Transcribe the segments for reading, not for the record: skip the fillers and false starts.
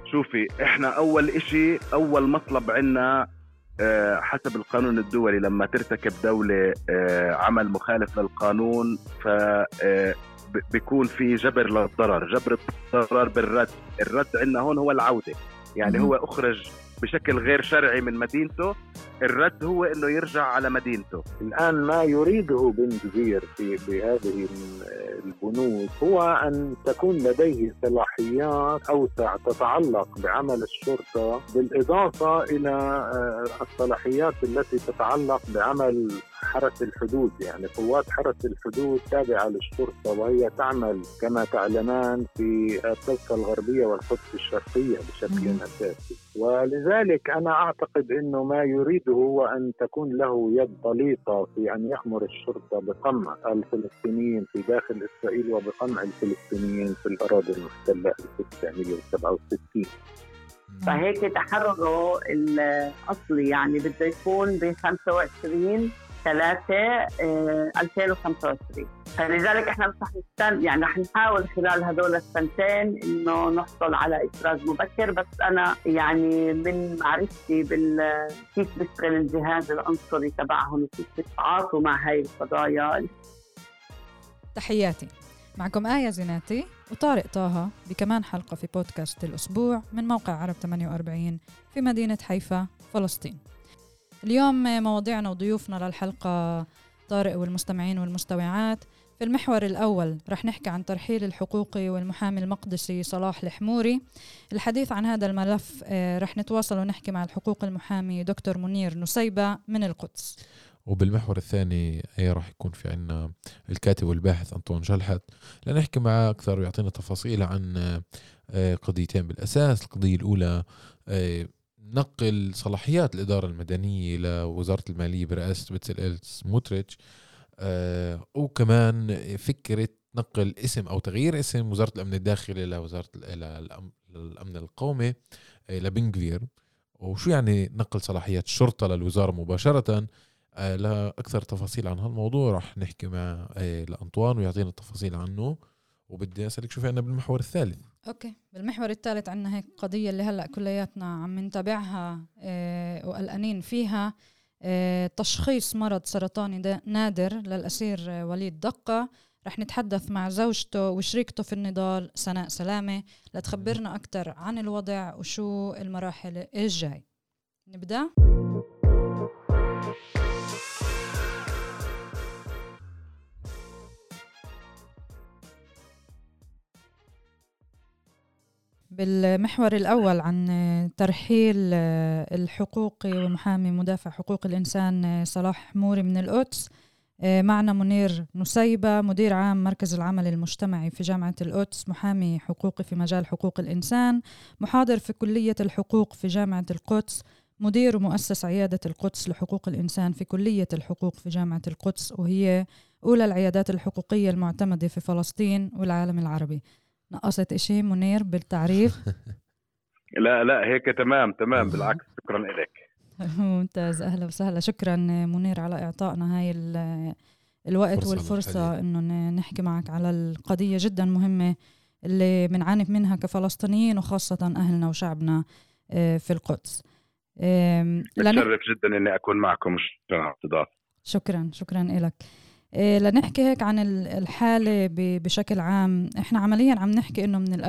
شوفي، احنا اول اشي، اول مطلب عنا حسب القانون الدولي لما ترتكب دولة عمل مخالف للقانون ف بيكون في جبر للضرر، جبر الضرر بالرد. الرد عندنا هون هو العودة، يعني هو أخرج بشكل غير شرعي من مدينته، الرد هو انه يرجع على مدينته. الآن ما يريده بن غفير بهذه البنود هو أن تكون لديه صلاحيات أوسع تتعلق بعمل الشرطة، بالإضافة إلى الصلاحيات التي تتعلق بعمل حرس الحدود. يعني قوات حرس الحدود تابعة للشرطة، وهي تعمل كما تعلمان في الضفة الغربية والقدس الشرقية بشكل أساسي. ولذلك أنا أعتقد أنه ما يريده هو أن تكون له يد طليقة في أن يأمر الشرطة بقمع الفلسطينيين في داخل إسرائيل وبقمع الفلسطينيين في الأراضي المحتلة 1967. فهيك تحرره الأصلي يعني بده يكون ب 25/3/2025. فلذلك احنا رح نستنى، يعني رح نحاول خلال هدول السنتين انه نحصل على افراج مبكر. بس انا يعني من معرفتي كيف بيشتغل الجهاز العنصري تبعهم وكيف بيتعاطوا مع هاي القضايا. تحياتي، معكم آية زيناتي وطارق طه بكمان حلقة في بودكاست الأسبوع من موقع عرب 48 في مدينة حيفا فلسطين. اليوم مواضيعنا وضيوفنا للحلقة طارق والمستمعين والمستمعات. في المحور الأول رح نحكي عن ترحيل الحقوقي والمحامي المقدسي صلاح الحموري. الحديث عن هذا الملف رح نتواصل ونحكي مع الحقوق المحامي دكتور منير نسيبة من القدس. وبالمحور الثاني رح يكون في عنا الكاتب والباحث أنطون جلحت لنحكي معه أكثر ويعطينا تفاصيل عن قضيتين بالأساس. القضية الأولى نقل صلاحيات الإدارة المدنية لوزارة المالية برئاسة بتسليل سموتريتش، وكمان فكرة نقل اسم أو تغيير اسم وزارة الأمن الداخلي لوزارة الأمن القومي لبن غفير، وشو يعني نقل صلاحيات الشرطة للوزارة مباشرة. لأكثر تفاصيل عن هالموضوع رح نحكي مع لأنطوان ويعطينا التفاصيل عنه. وبدي أسألك شو في عنا بالمحور الثالث. أوكي، بالمحور الثالث عنا هيك قضية اللي هلأ كلياتنا عم نتابعها وقلقانين فيها، تشخيص مرض سرطاني نادر للأسير وليد دقة. رح نتحدث مع زوجته وشريكته في النضال سناء سلامة لتخبرنا أكتر عن الوضع وشو المراحل الجاي. نبدأ. بالمحور الأول عن ترحيل الحقوقي ومحامي مدافع حقوق الإنسان صلاح حموري من القدس. معنا منير نسيبة مدير عام مركز العمل المجتمعي في جامعة القدس، محامي حقوقي في مجال حقوق الإنسان، محاضر في كلية الحقوق في جامعة القدس، مدير ومؤسس عيادة القدس لحقوق الإنسان في كلية الحقوق في جامعة القدس، وهي أولى العيادات الحقوقية المعتمدة في فلسطين والعالم العربي. نقصت إشي منير بالتعريف؟ لا هيك تمام بالعكس، شكرا لك. ممتاز، أهلا وسهلا. شكرا منير على إعطائنا هاي الوقت والفرصة إنه نحكي معك على القضية جدا مهمة اللي بنعاني منها كفلسطينيين وخاصة أهلنا وشعبنا في القدس. بتشرف جدا إني أكون معكم. شكرا لك. لنحكي هيك عن الحالة بشكل عام. احنا عمليا عم نحكي انه من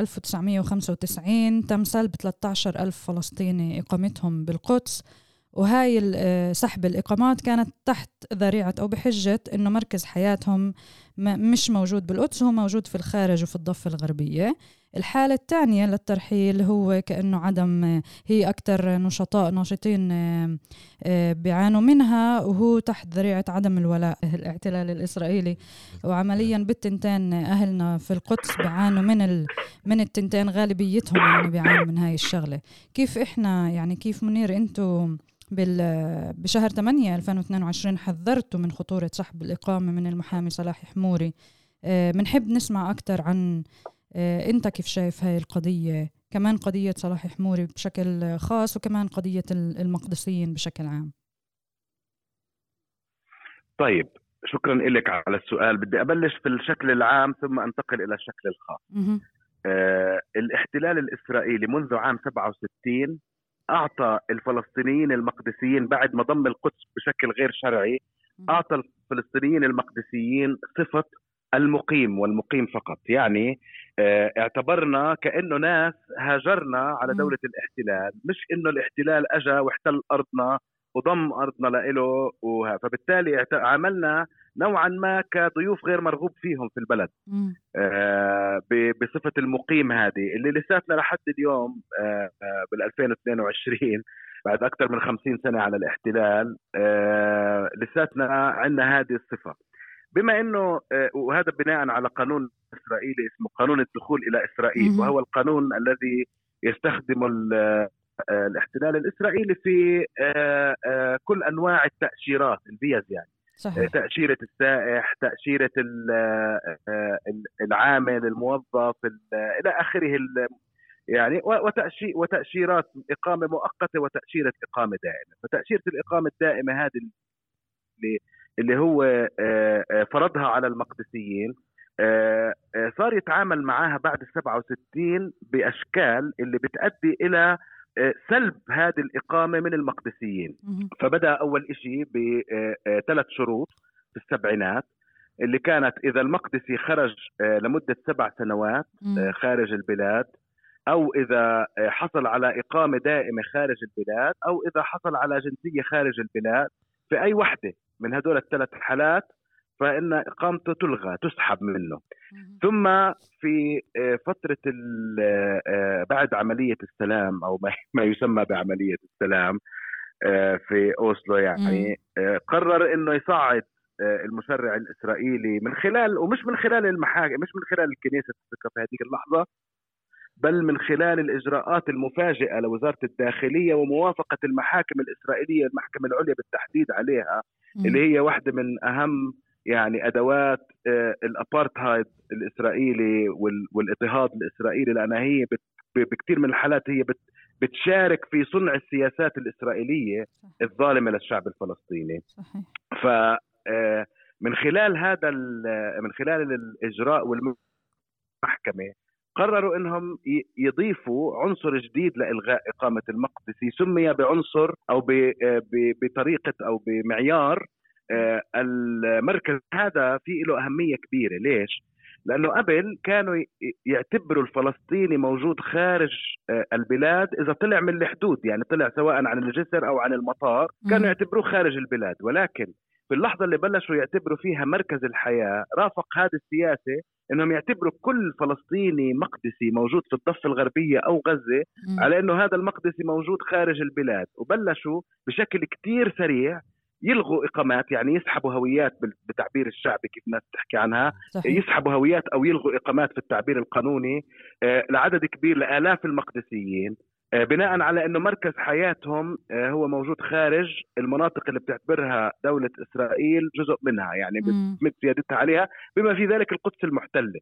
1995 تم سلب 13,000 فلسطيني اقامتهم بالقدس، وهاي سحب الإقامات كانت تحت ذريعة أو بحجة إنه مركز حياتهم مش موجود بالقدس، هو موجود في الخارج وفي الضفة الغربية. الحالة الثانية للترحيل هو كأنه عدم، هي أكتر ناشطين بيعانوا منها، وهو تحت ذريعة عدم الولاء الاحتلال الإسرائيلي. وعمليا بالتنتين أهلنا في القدس بيعانوا من التنتين، غالبيتهم يعني بيعانوا من هاي الشغلة. كيف إحنا يعني كيف منير أنتوا بشهر 8/2022 حذرتوا من خطورة سحب الإقامة من المحامي صلاح حموري؟ بنحب نسمع أكتر عن أنت كيف شايف هاي القضية، كمان قضية صلاح حموري بشكل خاص وكمان قضية المقدسيين بشكل عام. طيب، شكرا لك على السؤال. بدي أبلش في الشكل العام ثم أنتقل إلى الشكل الخاص. الاحتلال الإسرائيلي منذ عام 67 أعطى الفلسطينيين المقدسيين بعد ما ضم القدس بشكل غير شرعي، أعطى الفلسطينيين المقدسيين صفة المقيم والمقيم فقط. يعني اعتبرنا كأنه ناس هاجرنا على دولة الاحتلال، مش إنه الاحتلال أجا واحتل أرضنا وضم أرضنا لإله فبالتالي عملنا نوعا ما كضيوف غير مرغوب فيهم في البلد بصفة المقيم هذه اللي لساتنا لحد اليوم بال 2022 بعد أكثر من 50 سنة على الاحتلال لساتنا عندنا هذه الصفة. بما أنه وهذا بناء على قانون إسرائيلي اسمه قانون الدخول إلى إسرائيل، وهو القانون الذي يستخدم الاحتلال الإسرائيلي في كل أنواع التأشيرات الفيز، يعني صحيح. تأشيرة السائح، تأشيرة العامل، الموظف، إلى آخره، يعني وتأشيرات إقامة مؤقتة وتأشيرة إقامة دائمة. فتأشيرة الإقامة الدائمة هذه اللي هو فرضها على المقدسيين صار يتعامل معها بعد 67 بأشكال اللي بتؤدي إلى سلب هذه الإقامة من المقدسيين. فبدأ أول إشي ب3 شروط في السبعينات، اللي كانت إذا المقدسي خرج لمدة 7 سنوات خارج البلاد، أو إذا حصل على إقامة دائمة خارج البلاد، أو إذا حصل على جنسية خارج البلاد، في أي وحدة من هدول ال3 حالات فإن إقامته تلغى، تسحب منه. ثم في فترة بعد عملية السلام أو ما يسمى بعملية السلام في أوسلو، يعني قرر إنه يصعد المشرع الإسرائيلي من خلال، ومش من خلال المحاكم، مش من خلال الكنيسة في هذه اللحظة، بل من خلال الإجراءات المفاجئة لوزارة الداخلية وموافقة المحاكم الإسرائيلية، المحكمة العليا بالتحديد عليها، اللي هي واحدة من أهم يعني أدوات الأبارتهايد الإسرائيلي والاضطهاد الإسرائيلي، لأنها هي بكثير من الحالات هي بتشارك في صنع السياسات الإسرائيلية الظالمة للشعب الفلسطيني. فمن خلال هذا من خلال الإجراء والمحكمة قرروا انهم يضيفوا عنصر جديد لإلغاء إقامة المقدسي، سمي بعنصر او بطريقة او بمعيار المركز. هذا فيه له أهمية كبيرة. ليش؟ لأنه قبل كانوا يعتبروا الفلسطيني موجود خارج البلاد إذا طلع من الحدود، يعني طلع سواء عن الجسر أو عن المطار، كانوا يعتبروه خارج البلاد. ولكن في اللحظة اللي بلشوا يعتبروا فيها مركز الحياة، رافق هذه السياسة انهم يعتبروا كل فلسطيني مقدسي موجود في الضفة الغربية او غزة على انه هذا المقدسي موجود خارج البلاد، وبلشوا بشكل كتير سريع يلغوا اقامات، يعني يسحبوا هويات بتعبير الشعبي كيف الناس تحكي عنها، صحيح. يسحبوا هويات او يلغوا اقامات في التعبير القانوني لعدد كبير لآلاف المقدسيين، بناء على انه مركز حياتهم هو موجود خارج المناطق اللي بتعتبرها دولة اسرائيل جزء منها، يعني بتمد سيادتها عليها، بما في ذلك القدس المحتلة.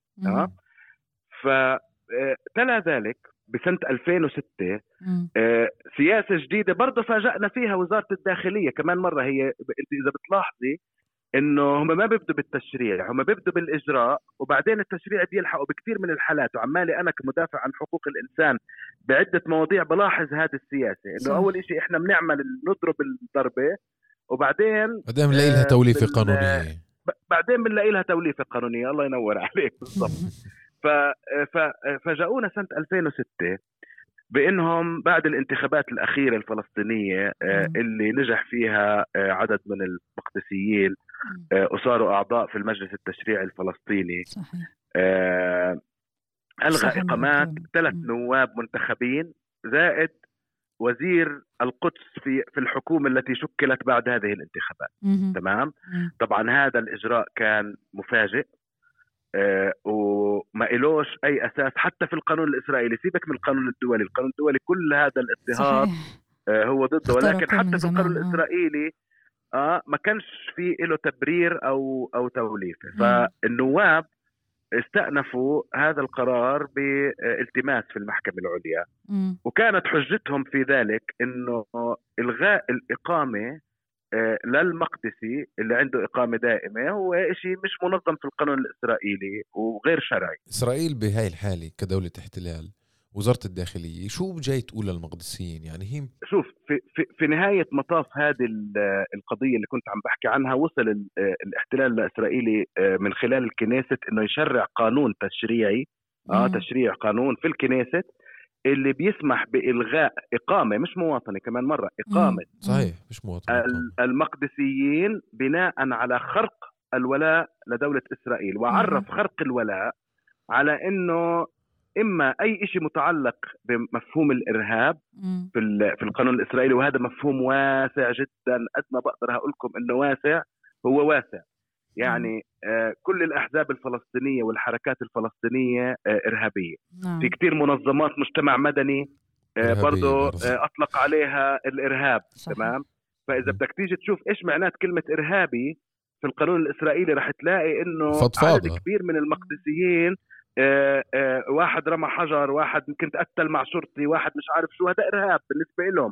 فتلا ذلك بسنة 2006 سياسة جديدة برضه فاجأنا فيها وزارة الداخلية كمان مرة. هي إذا بتلاحظي إنه هم ما بيبدوا بالتشريع، هم بيبدوا بالإجراء، وبعدين التشريع بيلحقوا بكثير من الحالات. وعمالي أنا كمدافع عن حقوق الإنسان بعدة مواضيع بلاحظ هذه السياسة، إنه أول إشي إحنا بنعمل نضرب الضربة، وبعدين بنلاقي لها توليفة قانونية، بعدين بنلاقي لها توليفة قانونية. الله ينور عليك بالضبط. فجاءونا سنة 2006 بأنهم بعد الانتخابات الأخيرة الفلسطينية اللي نجح فيها عدد من المقدسيين وصاروا أعضاء في المجلس التشريعي الفلسطيني، ألغى إقامات 3 نواب منتخبين زائد وزير القدس في الحكومة التي شكلت بعد هذه الانتخابات. تمام. طبعا هذا الإجراء كان مفاجئ وما إلوش أي أساس حتى في القانون الإسرائيلي. سيبك من القانون الدولي، القانون الدولي كل هذا الاضطهاد هو ضده، ولكن حتى في القانون الإسرائيلي ما كانش فيه له تبرير أو توليفة. فالنواب استأنفوا هذا القرار بالتماس في المحكمة العليا، وكانت حجتهم في ذلك إنه إلغاء الإقامة للمقدسي اللي عنده إقامة دائمة هو إشي مش منظم في القانون الإسرائيلي وغير شرعي. إسرائيل بهاي الحالة كدولة احتلال وزارة الداخلية شو جاي تقول للمقدسيين؟ يعني هي شوف في نهاية مطاف هذه القضية اللي كنت عم بحكي عنها، وصل الاحتلال الإسرائيلي من خلال الكنيست إنه يشرع قانون تشريعي تشريع قانون في الكنيست اللي بيسمح بإلغاء إقامة مش مواطنة، كمان مرة إقامة صحيح مش مواطنة المقدسيين بناء على خرق الولاء لدولة إسرائيل. وعرف خرق الولاء على إنه إما أي إشي متعلق بمفهوم الإرهاب في القانون الإسرائيلي، وهذا مفهوم واسع جدا، قد ما بقدر هقول لكم إنه واسع، هو واسع يعني كل الأحزاب الفلسطينية والحركات الفلسطينية إرهابية. في كتير منظمات مجتمع مدني برضو أطلق عليها الإرهاب. تمام. فإذا بدك تيجي تشوف إيش معنات كلمة إرهابي في القانون الإسرائيلي رح تلاقي إنه عدد كبير من المقدسيين واحد رمى حجر، واحد يمكن تقتل مع شرطي، واحد مش عارف شو، هذا إرهاب بالنسبة لهم.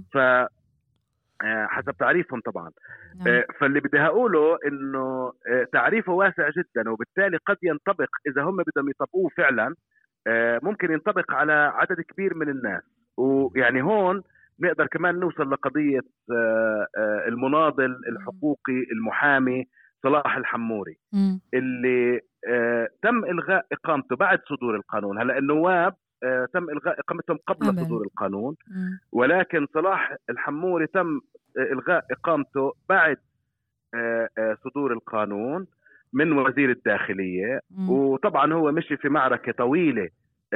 حسب تعريفهم طبعا. فاللي بدي هقوله إنه تعريفه واسع جدا، وبالتالي قد ينطبق إذا هم بدهم يطبقوه فعلا ممكن ينطبق على عدد كبير من الناس. ويعني هون نقدر كمان نوصل لقضية المناضل الحقوقي المحامي صلاح الحموري اللي تم إلغاء إقامته بعد صدور القانون. هلأ النواب تم إلغاء إقامتهم قبل صدور القانون، ولكن صلاح الحموري تم إلغاء إقامته بعد صدور القانون من وزير الداخلية. وطبعا هو مشي في معركة طويلة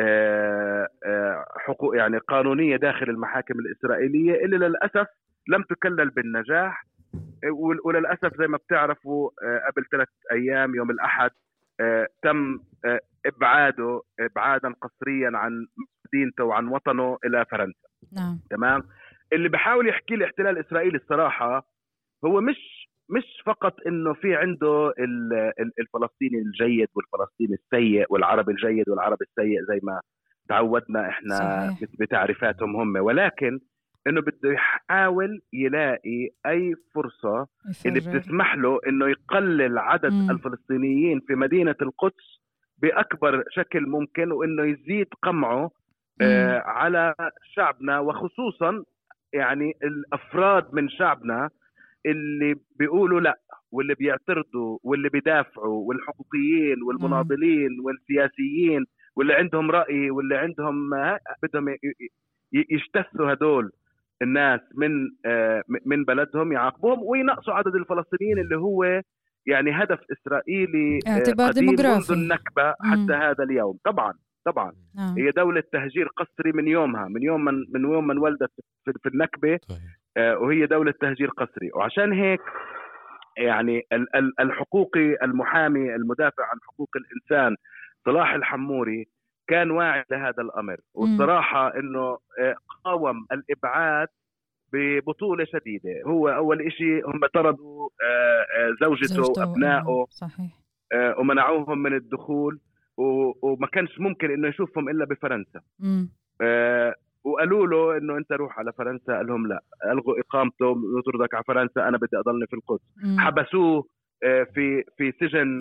حقوق يعني قانونية داخل المحاكم الإسرائيلية اللي للأسف لم تكلل بالنجاح. وللأسف زي ما بتعرفوا قبل 3 أيام يوم الأحد تم إبعاده إبعادا قسريا عن مدينته وعن وطنه إلى فرنسا. نعم. تمام. اللي بحاول يحكي لي الاحتلال الإسرائيلي الصراحة هو مش فقط إنه في عنده الفلسطيني الجيد والفلسطيني السيء والعربي الجيد والعربي السيء زي ما تعودنا إحنا صحيح. بتعريفاتهم هم، ولكن إنه بده يحاول يلاقي أي فرصة اللي بتسمح له إنه يقلل عدد الفلسطينيين في مدينة القدس بأكبر شكل ممكن، وإنه يزيد قمعه على شعبنا، وخصوصا يعني الأفراد من شعبنا اللي بيقولوا لا واللي بيعترضوا واللي بيدافعوا والحقوقيين والمناضلين والسياسيين واللي عندهم رأي واللي عندهم بدهم يجتثوا هدول الناس من بلدهم، يعاقبوهم وينقصوا عدد الفلسطينيين اللي هو يعني هدف إسرائيلي قديم منذ النكبة حتى هذا اليوم. طبعا هي دولة تهجير قسري من يومها، من يوم من ولدت في النكبة. وهي دولة تهجير قسري. وعشان هيك يعني الحقوقي المحامي المدافع عن حقوق الإنسان صلاح الحموري كان واعي لهذا الأمر، والصراحة إنه قاوم الإبعاد ببطولة شديدة. هو أول إشي هم طردوا زوجته وأبنائه ومنعوهم من الدخول، وما كانش ممكن إنه يشوفهم إلا بفرنسا. وقالوا له إنه أنت روح على فرنسا، قال لهم لا، ألغوا إقامته، نطردك على فرنسا، أنا بدي أضلني في القدس. حبسوه في سجن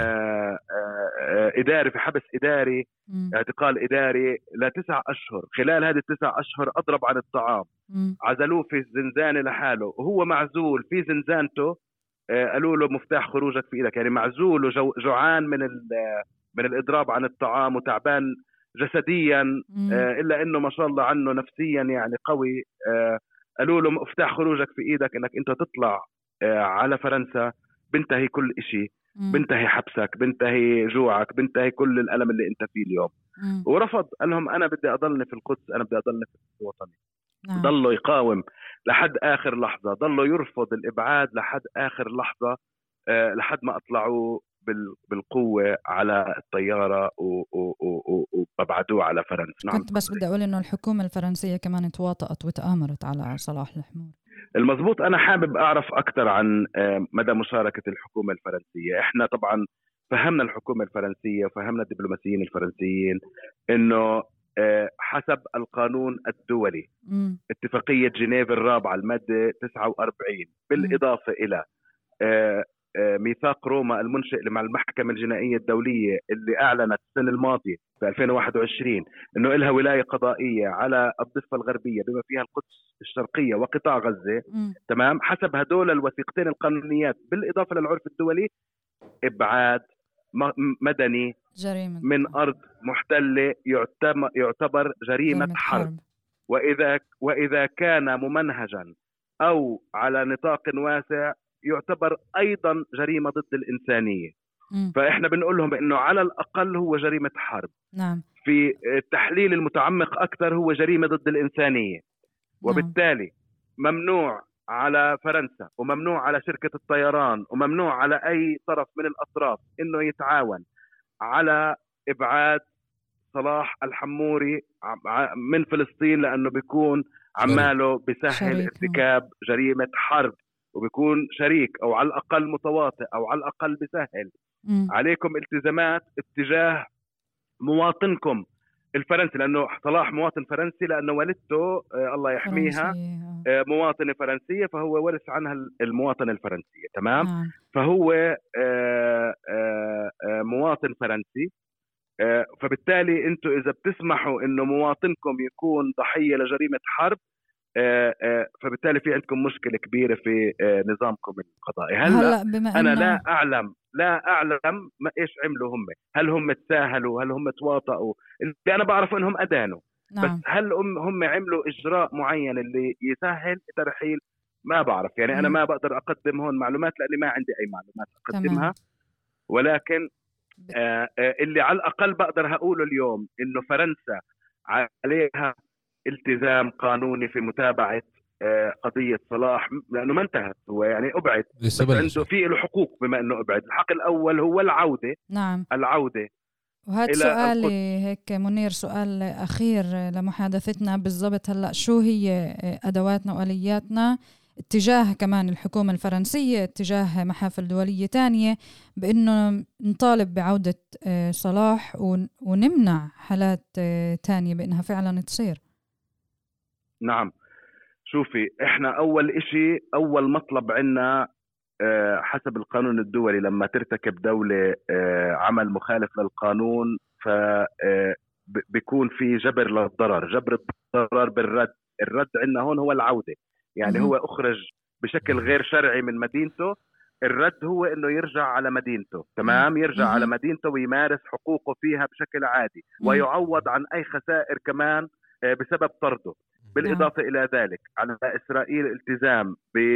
إداري، في حبس إداري، اعتقال إداري ل9 أشهر. خلال هذه 9 أشهر أضرب عن الطعام، عزلوه في الزنزانة لحاله، وهو معزول في زنزانته. قالوا له مفتاح خروجك في إيدك، يعني معزول وجوعان من الإضراب عن الطعام وتعبان جسديا، إلا إنه ما شاء الله عنه نفسيا يعني قوي. قالوا له مفتاح خروجك في إيدك، إنك أنت تطلع على فرنسا، بنتهي كل إشي، بنتهي حبسك، بنتهي جوعك، بنتهي كل الألم اللي أنت فيه اليوم. ورفض، قال لهم أنا بدي أضلني في القدس، أنا بدي أضلني في وطني. ضلوا يقاوم لحد آخر لحظة، ضلوا يرفض الإبعاد لحد آخر لحظة، لحد ما أطلعوا بالقوة على الطيارة وابعدوه على فرنسا. كنت بس بدي أقول إنه الحكومة الفرنسية كمان تواطأت وتآمرت على صلاح الحموري. المضبوط. أنا حابب أعرف أكثر عن مدى مشاركة الحكومة الفرنسية. إحنا طبعا فهمنا الحكومة الفرنسية وفهمنا الدبلوماسيين الفرنسيين إنه حسب القانون الدولي اتفاقية جنيف الرابعة المادة 49 بالإضافة إلى ميثاق روما المنشئ مع المحكمة الجنائية الدولية اللي أعلنت السنة الماضية في 2021 أنه إلها ولاية قضائية على الضفة الغربية بما فيها القدس الشرقية وقطاع غزة. تمام. حسب هدول الوثيقتين القانونيات بالإضافة للعرف الدولي إبعاد مدني جريمة من أرض محتلة يعتبر جريمة حرب. وإذا كان ممنهجا أو على نطاق واسع يعتبر أيضا جريمة ضد الإنسانية. فإحنا بنقول لهم إنه على الأقل هو جريمة حرب. نعم. في التحليل المتعمق أكثر هو جريمة ضد الإنسانية. وبالتالي ممنوع على فرنسا وممنوع على شركة الطيران وممنوع على أي طرف من الأطراف إنه يتعاون على إبعاد صلاح الحموري من فلسطين، لأنه بيكون عماله بسهل ارتكاب جريمة حرب وبيكون شريك أو على الأقل متواطئ أو على الأقل بسهل عليكم التزامات اتجاه مواطنكم الفرنسي، لأنه صلاح مواطن فرنسي لأنه والدته الله يحميها مواطنة فرنسية، فهو ورث عنها المواطنة الفرنسية. تمام. فهو مواطن فرنسي. فبالتالي أنتم إذا بتسمحوا إنه مواطنكم يكون ضحية لجريمة حرب فبالتالي في عندكم مشكلة كبيرة في نظامكم القضائي. هلا أنا لا أعلم ما إيش عملوا هم، هل هم تساهلوا، هل هم تواطئوا، اللي أنا بعرف إنهم أدانوا. نعم. بس هل هم عملوا إجراء معين اللي يسهل الترحيل؟ ما بعرف يعني. أنا ما بقدر أقدم هون معلومات لأني ما عندي أي معلومات أقدمها. ولكن اللي على الأقل بقدر هقوله اليوم إنه فرنسا عليها التزام قانوني في متابعة قضية صلاح، لأنه ما انتهت، هو يعني أبعد، عنده فيه له حقوق بما أنه أبعد. الحق الأول هو العودة. نعم. العودة. وهذا سؤالي هيك منير، سؤال أخير لمحادثتنا بالضبط. هلأ شو هي أدواتنا وآلياتنا اتجاه كمان الحكومة الفرنسية، اتجاه محافل دولية تانية، بأنه نطالب بعودة صلاح ونمنع حالات تانية بأنها فعلا تصير؟ نعم. شوفي، احنا اول مطلب عنا حسب القانون الدولي لما ترتكب دولة عمل مخالف للقانون فبيكون في جبر للضرر، جبر الضرر بالرد. الرد عنا هون هو العودة، يعني هو أخرج بشكل غير شرعي من مدينته، الرد هو انه يرجع على مدينته. تمام. يرجع على مدينته ويمارس حقوقه فيها بشكل عادي ويعوض عن اي خسائر كمان بسبب طرده. بالإضافة إلى ذلك على إسرائيل التزام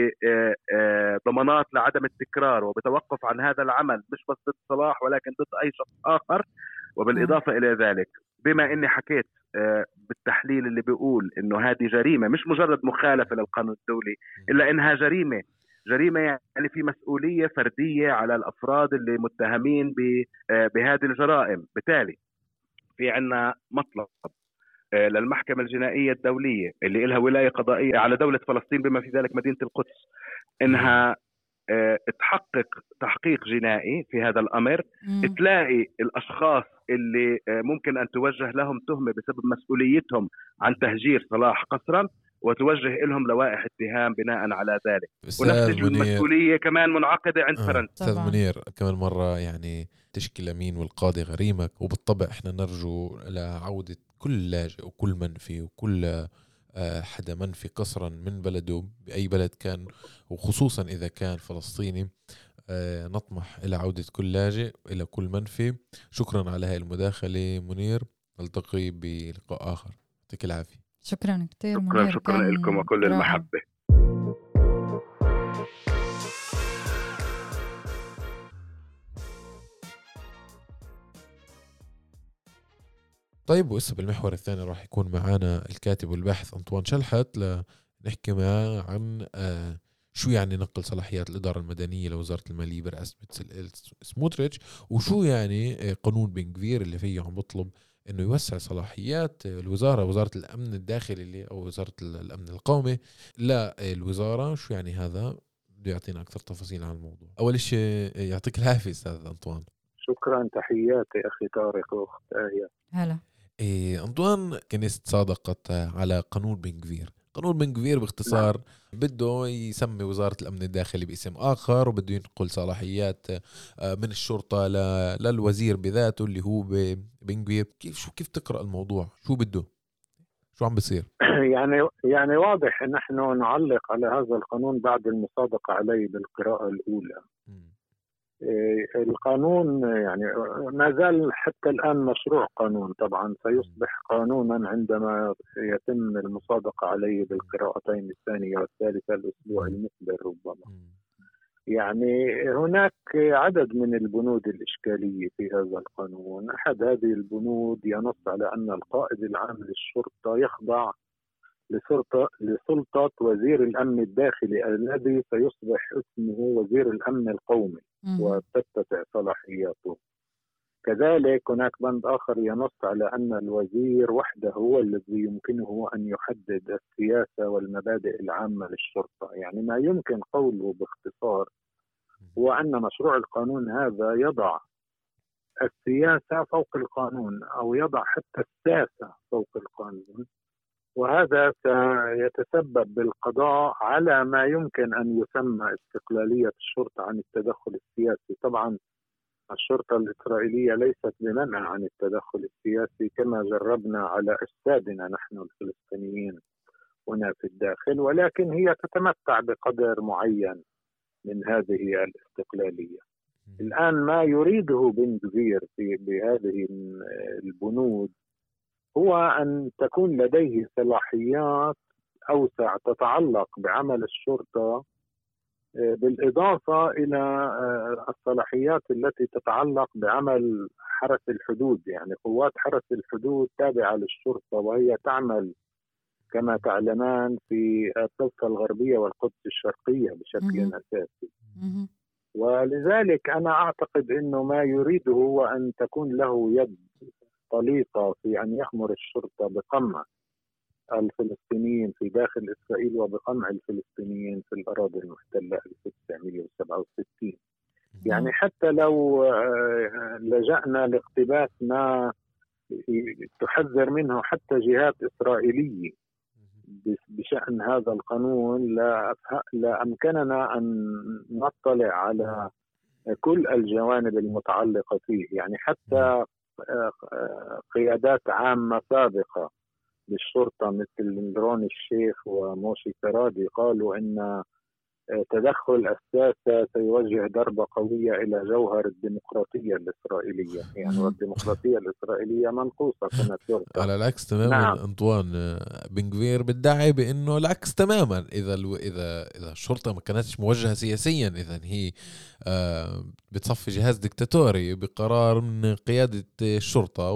بضمانات لعدم التكرار وبتوقف عن هذا العمل، مش بس ضد صلاح ولكن ضد أي شخص آخر. وبالإضافة إلى ذلك بما أني حكيت بالتحليل اللي بيقول إنه هذه جريمة مش مجرد مخالفة للقانون الدولي، إلا إنها جريمة يعني في مسؤولية فردية على الأفراد اللي متهمين بهذه الجرائم. بالتالي في عنا مطلب للمحكمة الجنائية الدولية اللي لها ولاية قضائية على دولة فلسطين بما في ذلك مدينة القدس، إنها تحقق تحقيق جنائي في هذا الأمر، تلاقي الأشخاص اللي ممكن أن توجه لهم تهمة بسبب مسؤوليتهم عن تهجير صلاح قسرا وتوجه لهم لوائح اتهام بناء على ذلك. ونفس المسؤولية كمان منعقدة عند فرنسا. أستاذ منير، كمان مرة يعني تشكي الأمين والقاضي غريمك، وبالطبع إحنا نرجو لعودة كل لاجئ وكل منفي وكل حدا منفي قسرا من بلده بأي بلد كان، وخصوصا إذا كان فلسطيني. نطمح إلى عودة كل لاجئ إلى كل منفي. شكرا على هاي المداخلة منير، نلتقي بلقاء آخر. يعطيك العافية. شكرا كتير منير. شكرا لكم وكل المحبة. طيب، وإسا بالمحور الثاني راح يكون معنا الكاتب والباحث أنطوان شلحت لنحكي معه عن شو يعني نقل صلاحيات الإدارة المدنية لوزارة المالية برئاسة بتسل سموتريتش، وشو يعني قانون بن غفير اللي فيه عم بطلب إنه يوسع صلاحيات وزارة الأمن الداخلي أو وزارة الأمن القومي للوزارة. شو يعني هذا؟ بده يعطينا أكثر تفاصيل عن الموضوع. أول شيء يعطيك العافية أستاذ أنطوان. شكرا، تحياتي أخي طارق وأخت آية. هلا. أنطوان كنيست صادقت على قانون بن غفير. قانون بن غفير باختصار بده يسمي وزارة الأمن الداخلي باسم آخر، وبده ينقل صلاحيات من الشرطة للوزير بذاته اللي هو بن غفير. كيف تقرأ الموضوع؟ شو بده؟ شو عم بصير؟ يعني واضح ان نحن نعلق على هذا القانون بعد المصادقة عليه بالقراءة الأولى. القانون يعني ما زال حتى الآن مشروع قانون، طبعا سيصبح قانونا عندما يتم المصادقة عليه بالقراءتين الثانية والثالثة الأسبوع المقبل ربما. يعني هناك عدد من البنود الإشكالية في هذا القانون. أحد هذه البنود ينص على أن القائد العام للشرطة يخضع لسلطة وزير الأمن الداخلي الذي سيصبح اسمه وزير الأمن القومي وتتسع صلاحياته. كذلك هناك بند آخر ينص على أن الوزير وحده هو الذي يمكنه أن يحدد السياسة والمبادئ العامة للشرطة. يعني ما يمكن قوله باختصار هو أن مشروع القانون هذا يضع السياسة فوق القانون، أو يضع حتى الساسة فوق القانون، وهذا سيتسبب بالقضاء على ما يمكن أن يسمى استقلالية الشرطة عن التدخل السياسي. طبعا الشرطة الإسرائيلية ليست بمنع عن التدخل السياسي كما جربنا على أجسادنا نحن الفلسطينيين هنا في الداخل، ولكن هي تتمتع بقدر معين من هذه الاستقلالية. الآن ما يريده بن غفير بهذه البنود هو أن تكون لديه صلاحيات أوسع تتعلق بعمل الشرطة، بالإضافة إلى الصلاحيات التي تتعلق بعمل حرس الحدود. يعني قوات حرس الحدود تابعة للشرطة، وهي تعمل كما تعلمان في الضفة الغربية والقدس الشرقية بشكل أساسي. ولذلك أنا أعتقد أنه ما يريده هو أن تكون له يد طليقة في أن يأمر الشرطة بقمع الفلسطينيين في داخل إسرائيل وبقمع الفلسطينيين في الأراضي المحتلة 1967. يعني حتى لو لجأنا لاقتباس ما تحذر منه حتى جهات إسرائيلية بشأن هذا القانون، لا أمكننا أن نطلع على كل الجوانب المتعلقة فيه. يعني حتى قيادات عامة سابقة للشرطة مثل مندرون الشيخ وموشي كرادي قالوا إن تدخل الساسة سيوجه ضربة قوية إلى جوهر الديمقراطية الإسرائيلية. يعني والديمقراطية الإسرائيلية منقوصة كما ترى. على العكس تماما. نعم. أنطوان بن غفير بدعي بأنه العكس تماما. إذا الشرطة ما كانتش موجهة سياسيا، إذا هي بتصفي جهاز ديكتاتوري بقرار من قيادة الشرطة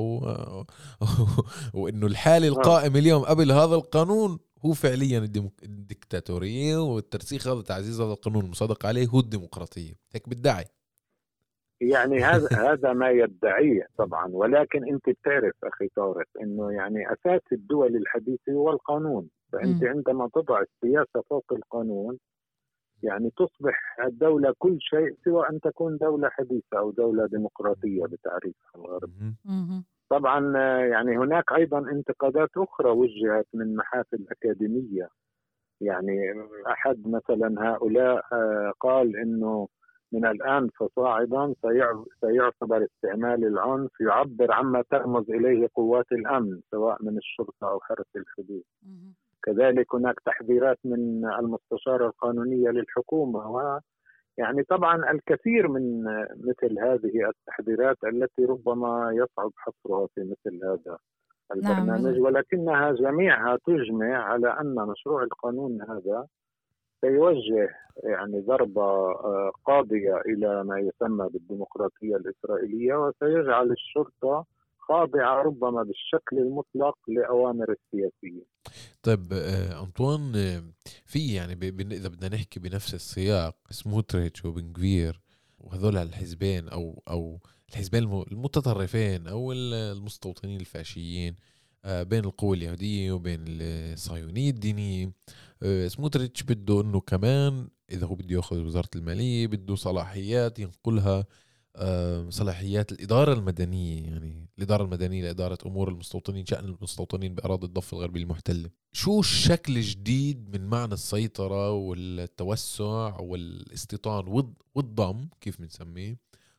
وإنه الحالة القائم اليوم قبل هذا القانون هو فعليا الديكتاتورية، والترسيخ هذا تعزيز هذا القانون المصادق عليه هو الديمقراطية. هيك بدعي. يعني هذا ما يدعيه طبعا، ولكن انت بتعرف اخي طارق انه يعني اساس الدول الحديثة هو القانون. فانت عندما تضع السياسة فوق القانون يعني تصبح الدولة كل شيء سوى ان تكون دولة حديثة او دولة ديمقراطية بتعريف الغرب. طبعا يعني هناك أيضا انتقادات أخرى وجهت من محافل أكاديمية. يعني أحد مثلا هؤلاء قال إنه من الآن فصاعدا سيعتبر استعمال العنف يعبر عما ترمز إليه قوات الأمن سواء من الشرطة أو حرس الحدود. كذلك هناك تحذيرات من المستشارة القانونية للحكومة، يعني طبعا الكثير من مثل هذه التحذيرات التي ربما يصعب حصرها في مثل هذا البرنامج. ولكنها جميعها تجمع على أن مشروع القانون هذا سيوجه يعني ضربة قاضية إلى ما يسمى بالديمقراطية الإسرائيلية، وسيجعل الشرطة خاضعة ربما بالشكل المطلق لأوامر السياسية. طيب أنطوان، في يعني إذا بدنا نحكي بنفس السياق سموتريتش وبن غفير وهذول الحزبين أو الحزبين المتطرفين أو المستوطنين الفاشيين بين القوى اليهودية وبين الصهيونية الدينية، سموتريتش بده إنه كمان إذا هو بده يأخذ وزارة المالية بده صلاحيات ينقلها صلاحيات الإدارة المدنية، يعني الإدارة المدنية لإدارة أمور المستوطنين، شأن المستوطنين بأراضي الضفة الغربية المحتلة. شو الشكل الجديد من معنى السيطرة والتوسع والاستيطان والضم كيف بنسميه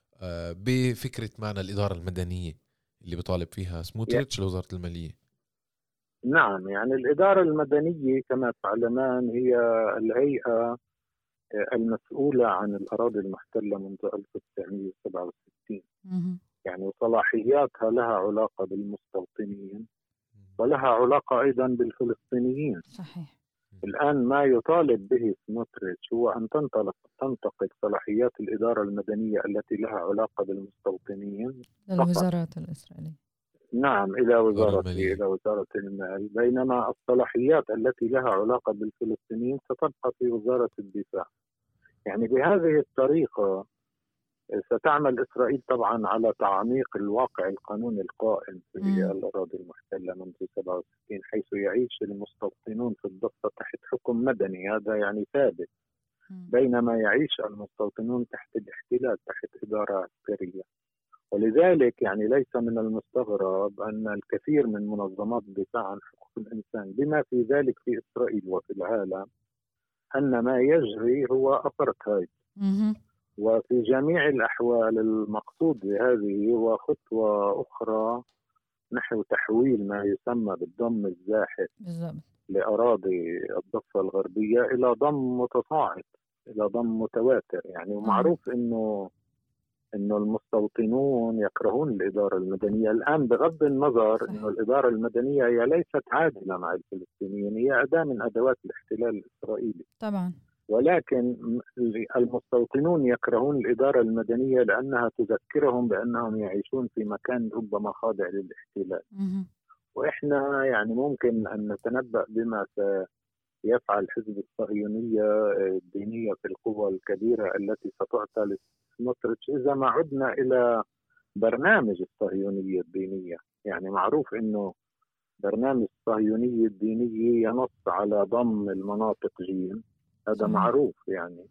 بفكرة معنى الإدارة المدنية اللي بيطالب فيها سموتريتش لوزارة المالية؟ نعم، يعني الإدارة المدنية كما تعلمان هي الهيئة المسؤولة عن الأراضي المحتلة منذ 1967. يعني وصلاحياتها لها علاقة بالمستوطنين ولها علاقة أيضا بالفلسطينيين. صحيح. الآن ما يطالب به سموتريتش هو أن تنتقل صلاحيات الإدارة المدنية التي لها علاقة بالمستوطنين للوزارات الإسرائيلية. نعم، إلى وزارة المال، بينما الصلاحيات التي لها علاقة بالفلسطينيين ستبقى في وزارة الدفاع. يعني بهذه الطريقة ستعمل إسرائيل طبعا على تعميق الواقع القانوني القائم في الأراضي المحتلة منذ 67، حيث يعيش المستوطنون في الضفة تحت حكم مدني، هذا يعني ثابت، بينما يعيش المستوطنون تحت الاحتلال تحت إدارة عسكرية. ولذلك يعني ليس من المستغرب أن الكثير من منظمات الدفاع عن حقوق الإنسان بما في ذلك في إسرائيل وفي العالم أن ما يجري هو أبارتهايد. وفي جميع الأحوال المقصود بهذه هو خطوة أخرى نحو تحويل ما يسمى بالضم الزاحف لأراضي الضفة الغربية إلى ضم متصاعد، إلى ضم متواتر. يعني ومعروف إنه المستوطنون يكرهون الإدارة المدنية الآن، بغض النظر إنه الإدارة المدنية هي ليست عادلة مع الفلسطينيين، هي أداة من أدوات الاحتلال الإسرائيلي طبعا، ولكن المستوطنون يكرهون الإدارة المدنية لأنها تذكرهم بأنهم يعيشون في مكان ربما خاضع للاحتلال. وإحنا يعني ممكن أن نتنبأ بما سيفعل حزب الصهيونية الدينية في القوى الكبيرة التي ستعطى لسموتريتش إذا ما عدنا إلى برنامج الصهيونية الدينية. يعني معروف أنه برنامج الصهيونية الدينية ينص على ضم المناطق جيم، هذا معروف يعني.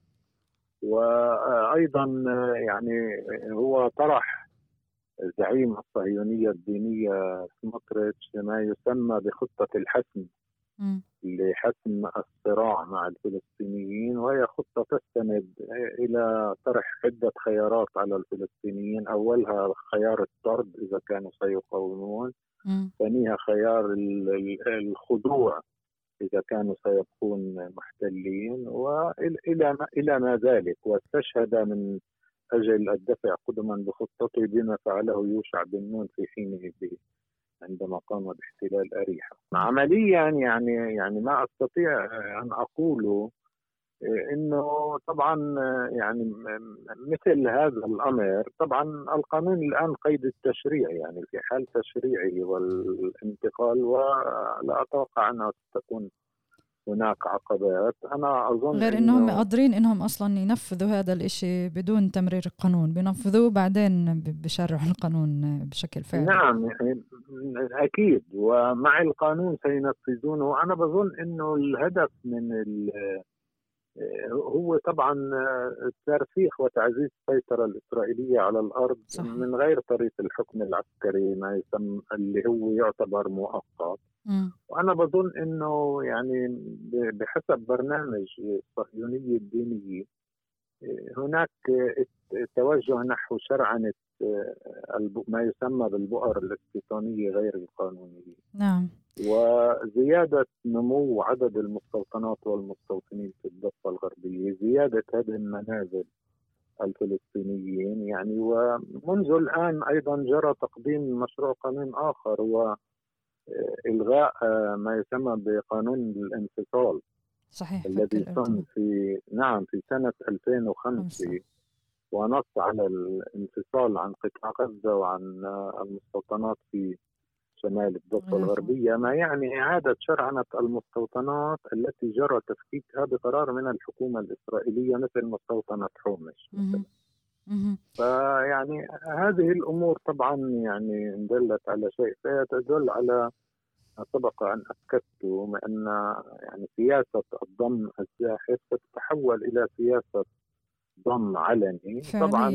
وأيضا يعني هو طرح زعيم الصهيونية الدينية سموتريتش ما يسمى بخطة الحسم لحسم الصراع مع الفلسطينيين، وهي خطة تستند إلى طرح عدة خيارات على الفلسطينيين. أولها خيار الطرد إذا كانوا سيقاومون، ثانيها خيار الخضوع إذا كانوا سيبقون محتلين، وإلى ما ذلك. واستشهد من أجل الدفع قدما بخطته بما فعله يوشع بن نون في حينه عندما قام باحتلال أريحة. عمليا يعني ما أستطيع أن أقوله إنه طبعا يعني مثل هذا الأمر، طبعا القانون الآن قيد التشريع، يعني في حال تشريعه والانتقال، ولا أتوقع أنها تكون هناك عقبات. أنا أظن غير إنهم قادرين إنهم أصلا ينفذوا هذا الإشي بدون تمرير القانون، بينفذوه بعدين بشرعوا القانون بشكل فعلي. نعم يعني أكيد، ومع القانون سينفذونه. أنا بظن إنه الهدف من هو طبعا ترسيخ وتعزيز السيطرة الإسرائيلية على الأرض من غير طريق الحكم العسكري ما يسمى اللي هو يعتبر مؤقت. وأنا بظن إنه يعني بحسب برنامج الصهيونية الدينية هناك توجه نحو شرعنة ما يسمى بالبؤر الاستيطانية غير القانونية. نعم. وزيادة نمو عدد المستوطنات والمستوطنين في الضفة الغربية، زيادة هذه المنازل الفلسطينيين يعني. ومنذ الآن أيضا جرى تقديم مشروع قانون آخر هو إلغاء ما يسمى بقانون الانفصال. صحيح. الذي تم في سنة 2005 ونص على الانفصال عن قطاع غزة وعن المستوطنات في شمال الضفة الغربية، ما يعني إعادة شرعنة المستوطنات التي جرى تفكيكها بقرار من الحكومة الإسرائيلية مثل مستوطنة حومش مثلا. فيعني هذه الأمور طبعا يعني دلت على شيء، فتدل على ما سبق أن أكدت أن يعني سياسة الضم الزاحف ستتحول إلى سياسة ضم علني. طبعا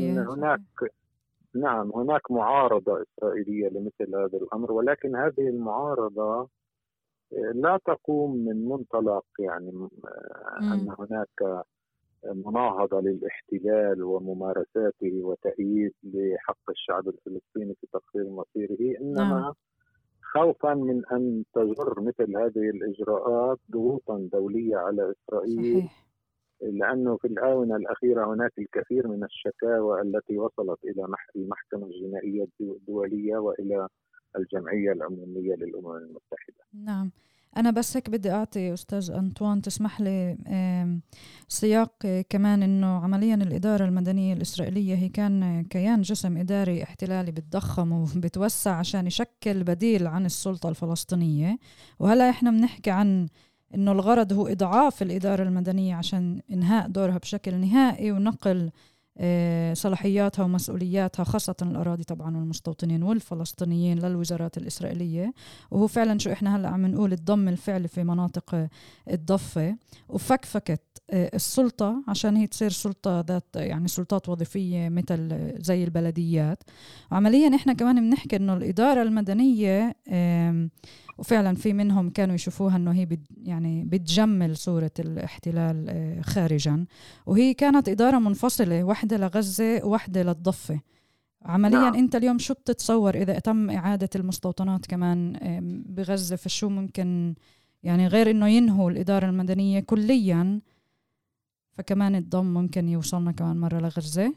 هناك معارضة إسرائيلية لمثل هذا الأمر، ولكن هذه المعارضة لا تقوم من منطلق يعني أن هناك مناهضة للاحتلال وممارساته وتأييد لحق الشعب الفلسطيني في تقرير مصيره، إنما خوفا من أن تجر مثل هذه الإجراءات ضغوطا دولية على إسرائيل. صحيح. لأنه في الآونة الأخيرة هناك الكثير من الشكاوى التي وصلت إلى المحكمة الجنائية الدولية وإلى الجمعية العمومية للأمم المتحدة. نعم، أنا بس هيك بدي أعطي أستاذ أنطوان تسمح لي سياق كمان، إنه عمليا الإدارة المدنية الإسرائيلية هي كان كيان جسم إداري احتلالي بتضخم وبتوسع عشان يشكل بديل عن السلطة الفلسطينية. وهلا إحنا بنحكي عن إنه الغرض هو إضعاف الإدارة المدنية عشان إنهاء دورها بشكل نهائي ونقل صلاحياتها ومسؤولياتها خاصة الأراضي طبعا والمستوطنين والفلسطينيين للوزارات الإسرائيلية. وهو فعلا شو إحنا هلأ عم نقول الضم الفعلي في مناطق الضفة وفكفكت السلطة عشان هي تصير سلطة ذات يعني سلطات وظيفية مثل زي البلديات. وعمليا إحنا كمان بنحكي إنه الإدارة المدنية وفعلا في منهم كانوا يشوفوها انه هي يعني بتجمل صورة الاحتلال خارجا، وهي كانت إدارة منفصلة، واحدة لغزة وواحدة للضفة. عمليا انت اليوم شو بتتصور اذا تم إعادة المستوطنات كمان بغزة؟ فشو ممكن يعني غير انه ينهوا الإدارة المدنية كليا، فكمان الضم ممكن يوصلنا كمان مرة لغزة؟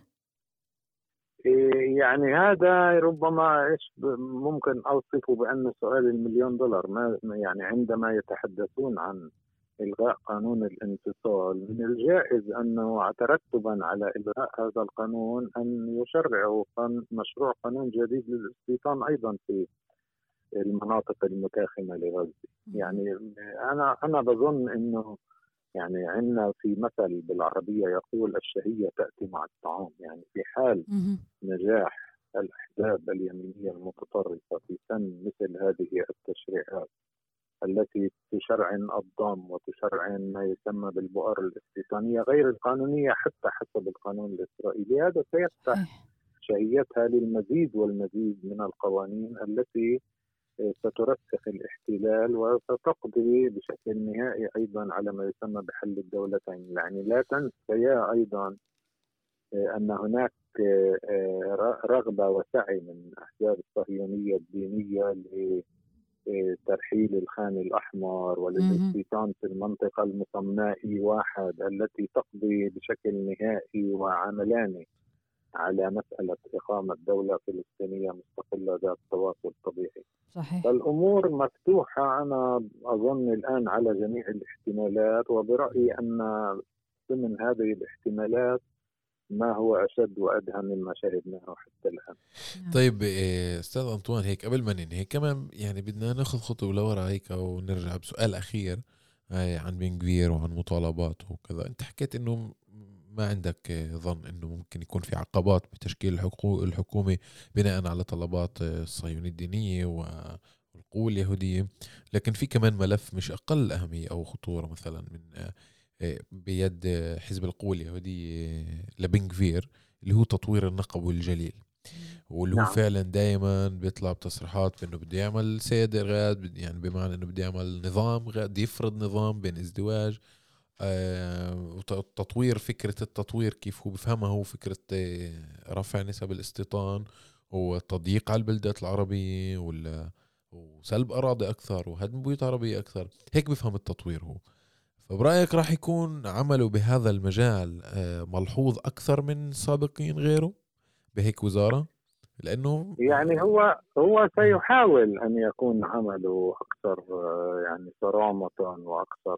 يعني هذا ربما ممكن أوصفه بأنه سؤال $1,000,000. ما يعني عندما يتحدثون عن إلغاء قانون الانفصال، من الجائز أنه ترتبا على إلغاء هذا القانون أن يشرعوا مشروع قانون جديد للاستيطان أيضا في المناطق المتاخمة لغزة. يعني أنا بظن أنه يعني عندنا في مثل بالعربية يقول الشهية تأتي مع الطعام. يعني في حال نجاح الأحزاب اليمينية المتطرفة في سن مثل هذه التشريعات التي تشرعن الضم وتشرعن ما يسمى بالبؤر الاستيطانية غير القانونية حتى حسب القانون الإسرائيلي، هذا سيفتح شهيتها للمزيد والمزيد من القوانين التي سترسخ الاحتلال وستقضي بشكل نهائي أيضا على ما يسمى بحل الدولتين. يعني لا تنسيا أيضا أن هناك رغبة وسعي من أحزاب الصهيونية الدينية لترحيل الخان الأحمر وللاستيطان في المنطقة المسماة E1 التي تقضي بشكل نهائي وعملاني على مسألة إقامة دولة فلسطينية مستقلة ذات تواصل طبيعي. صحيح. فالأمور مفتوحة أنا أظن الآن على جميع الاحتمالات، وبرأيي أن ضمن هذه الاحتمالات ما هو أشد وأدهى مما شاهدناه حتى الآن. طيب أستاذ أنطوان، هيك قبل ما ننهي كمان يعني بدنا ناخذ خطوة لورا هيك ونرجع بسؤال أخير عن بن غفير وعن مطالباته وكذا. أنت حكيت إنه ما عندك ظن إنه ممكن يكون في عقبات بتشكيل الحكومة بناء على طلبات الصهيونية الدينية والقوة اليهودية، لكن في كمان ملف مش أقل أهمية أو خطورة مثلا من بيد حزب القوة اليهودية لبن غفير، اللي هو تطوير النقب والجليل، واللي هو فعلا دائما بيطلع بتصريحات بأنه بده يعمل سيادة غاد، يعني بمعنى أنه بده يعمل نظام غاد، يفرض نظام بين ازدواج وتطوير. فكرة التطوير كيف هو بفهمها هو فكرة رفع نسب الاستيطان وتضييق على البلدات العربية وسلب أراضي أكثر وهدم بيوت عربية أكثر، هيك بفهم التطوير هو. فبرأيك راح يكون عمله بهذا المجال ملحوظ أكثر من سابقين غيره بهيك وزارة؟ لأنه يعني هو سيحاول أن يكون عمله أكثر يعني صرامة وأكثر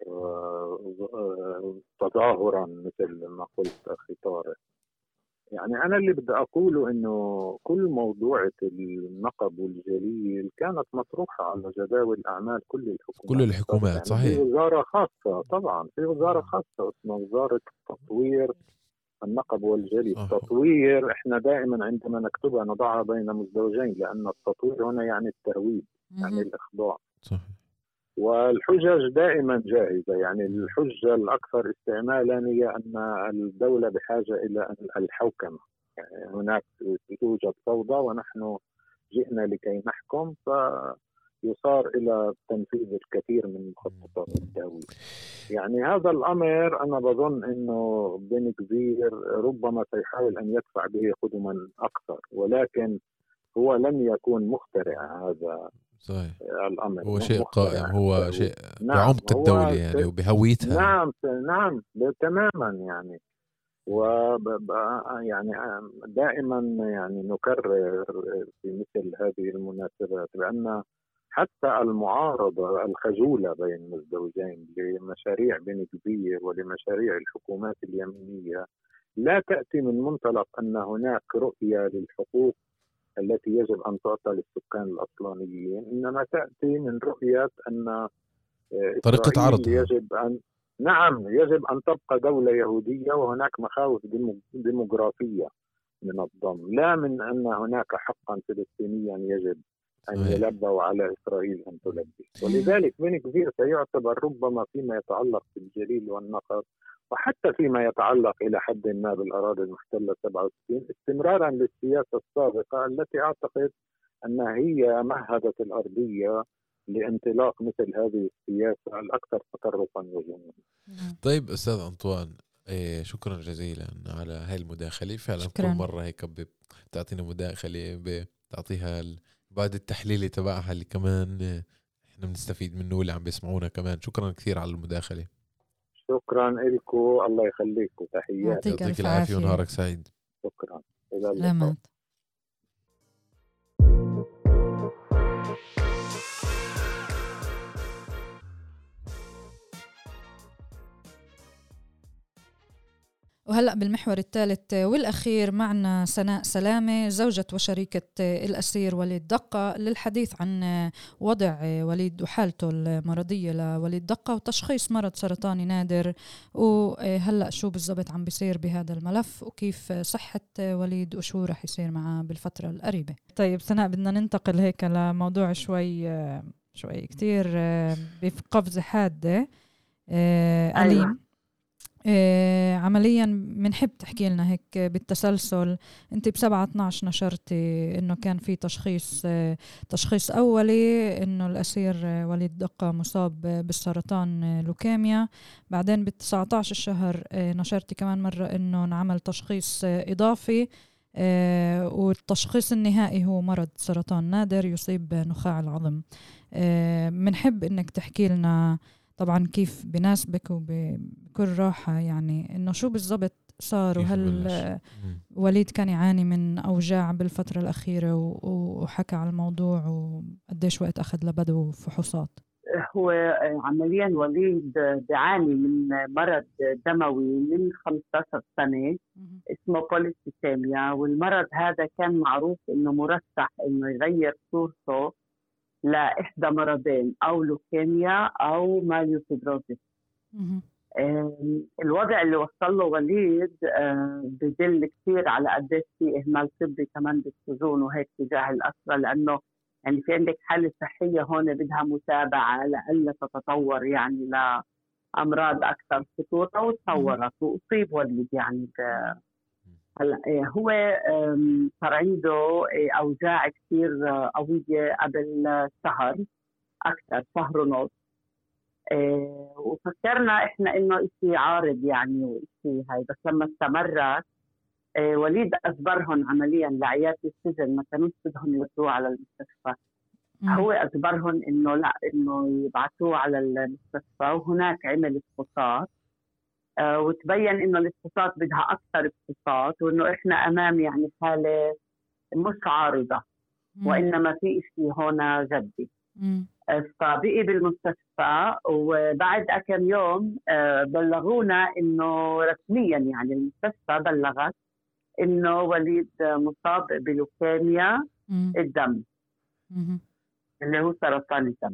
تظاهرا مثل ما قلت أخي طارق. يعني أنا اللي بدي أقوله إنه كل موضوعة النقب والجليل كانت مطروحة على جداول أعمال كل الحكومات. يعني صحيح. في وزارة خاصة طبعا، في وزارة خاصة اسمها وزارة تطوير النقب والجليل. التطوير احنا دائما عندما نكتبها نضعها بين مزدوجين، لأن التطوير هنا يعني التهويد، يعني الإخضاع. صحيح. والحجج دائما جاهزة. يعني الحجة الأكثر استعمالا هي أن الدولة بحاجة إلى الحوكمة، يعني هناك توجد فوضى ونحن جئنا لكي نحكم، فيصار إلى تنفيذ الكثير من مخططات التهويل. يعني هذا الأمر أنا بظن أنه بن كفير ربما سيحاول أن يدفع به قدما أكثر، ولكن هو لم يكن مخترع هذا صحيح. الأمر، هو شيء قائم، هو شيء بعمق الدولة يعني وبهويتها. نعم تماما. يعني يعني دائما يعني نكرر في مثل هذه المناسبات بأن حتى المعارضة الخجولة بين الزوجين لمشاريع بن كفير ولمشاريع الحكومات اليمنية لا تأتي من منطلق أن هناك رؤية للحقوق التي يجب أن تعطى للسكان الأصلانيين، إنما تأتي من رؤية أن طريقة عرضها يجب أن تبقى دولة يهودية وهناك مخاوف ديموغرافية من الضم، لا من أن هناك حقا فلسطينيا يجب أن يلبى وعلى إسرائيل أن تلبي. ولذلك بن كفير سيعتبر ربما فيما يتعلق بالجليل والنقب وحتى فيما يتعلق إلى حد ما بالأراضي المحتلة 67 استمرارا للسياسة السابقة التي أعتقد أنها هي مهدت الأرضية لانطلاق مثل هذه السياسة الأكثر تطرفا وجنونا. طيب أستاذ أنطوان، شكرا جزيلا على هاي المداخلة. فعلا شكرا. كل مرة هيك بتعطينا مداخلة بتعطيها بعد التحليل تبعها اللي كمان احنا بنستفيد منه واللي عم بيسمعونا كمان. شكرا كثير على المداخلة. شكرا لكم، الله يخليكم، تحياتي، يعطيك العافية ونهارك سعيد. شكرا، إلى اللقاء. وهلأ بالمحور الثالث والأخير معنا سناء سلامة، زوجة وشريكة الأسير وليد دقة، للحديث عن وضع وليد وحالته المرضية لوليد دقة وتشخيص مرض سرطاني نادر، وهلأ شو بالضبط عم بيصير بهذا الملف وكيف صحة وليد وشو رح يصير معه بالفترة القريبة. طيب سناء، بدنا ننتقل هيك لموضوع شوي كتير بقفزة حادة أليم. عمليا منحب تحكي لنا هيك بالتسلسل. انت ب7/12 نشرتي انه كان في تشخيص اولي انه الاسير وليد دقة مصاب بالسرطان لوكيميا. بعدين ب19 الشهر نشرتي كمان مرة انه انعمل تشخيص اضافي، والتشخيص النهائي هو مرض سرطان نادر يصيب نخاع العظم. منحب انك تحكي لنا طبعا كيف بناسبك وبكل راحة يعني إنه شو بالضبط صار، وهل وليد كان يعاني من أوجاع بالفترة الأخيرة وحكى على الموضوع وقديش وقت أخذ لبدو فحوصات. هو عمليا وليد بيعاني من مرض دموي من 15 سنة اسمه بوليسيسيميا، والمرض هذا كان معروف إنه مرشح إنه يغير صورته لإحدى مرضين، أو لوكيميا أو مايوفيبروزيس. الوضع اللي وصل له وليد بدل كثير على قديش في إهمال طبي كمان بالسجون وهيك تجاه الأسرى، لأنه يعني في عندك حالة صحية هون بدها متابعة لألا تتطور يعني لأمراض أكثر خطورة، وتطورت وأصيب وليد يعني هلا هو صار عنده أوجاع كثير قوية قبل شهر، أكثر شهر ونص، وفكرنا إحنا إنه إشي عارض يعني وإشي هاي، بس لما استمرت وليد أجبرهم عمليا لعيادة السجن، ما كانوش بدهم يودوه على المستشفى. هو أجبرهم إنه لا، إنه يبعثوه على المستشفى، وهناك عمل فحوصات وتبين إنه الفحوصات بدها أكثر فحوصات، وإنه إحنا أمام يعني حالة مش عارضة وإنما في إشي هنا جدي. فبقي بالمستشفى، وبعد كم يوم بلغونا إنه رسميا يعني المستشفى بلغت إنه وليد مصاب بلوكيميا الدم اللي هو سرطان الدم.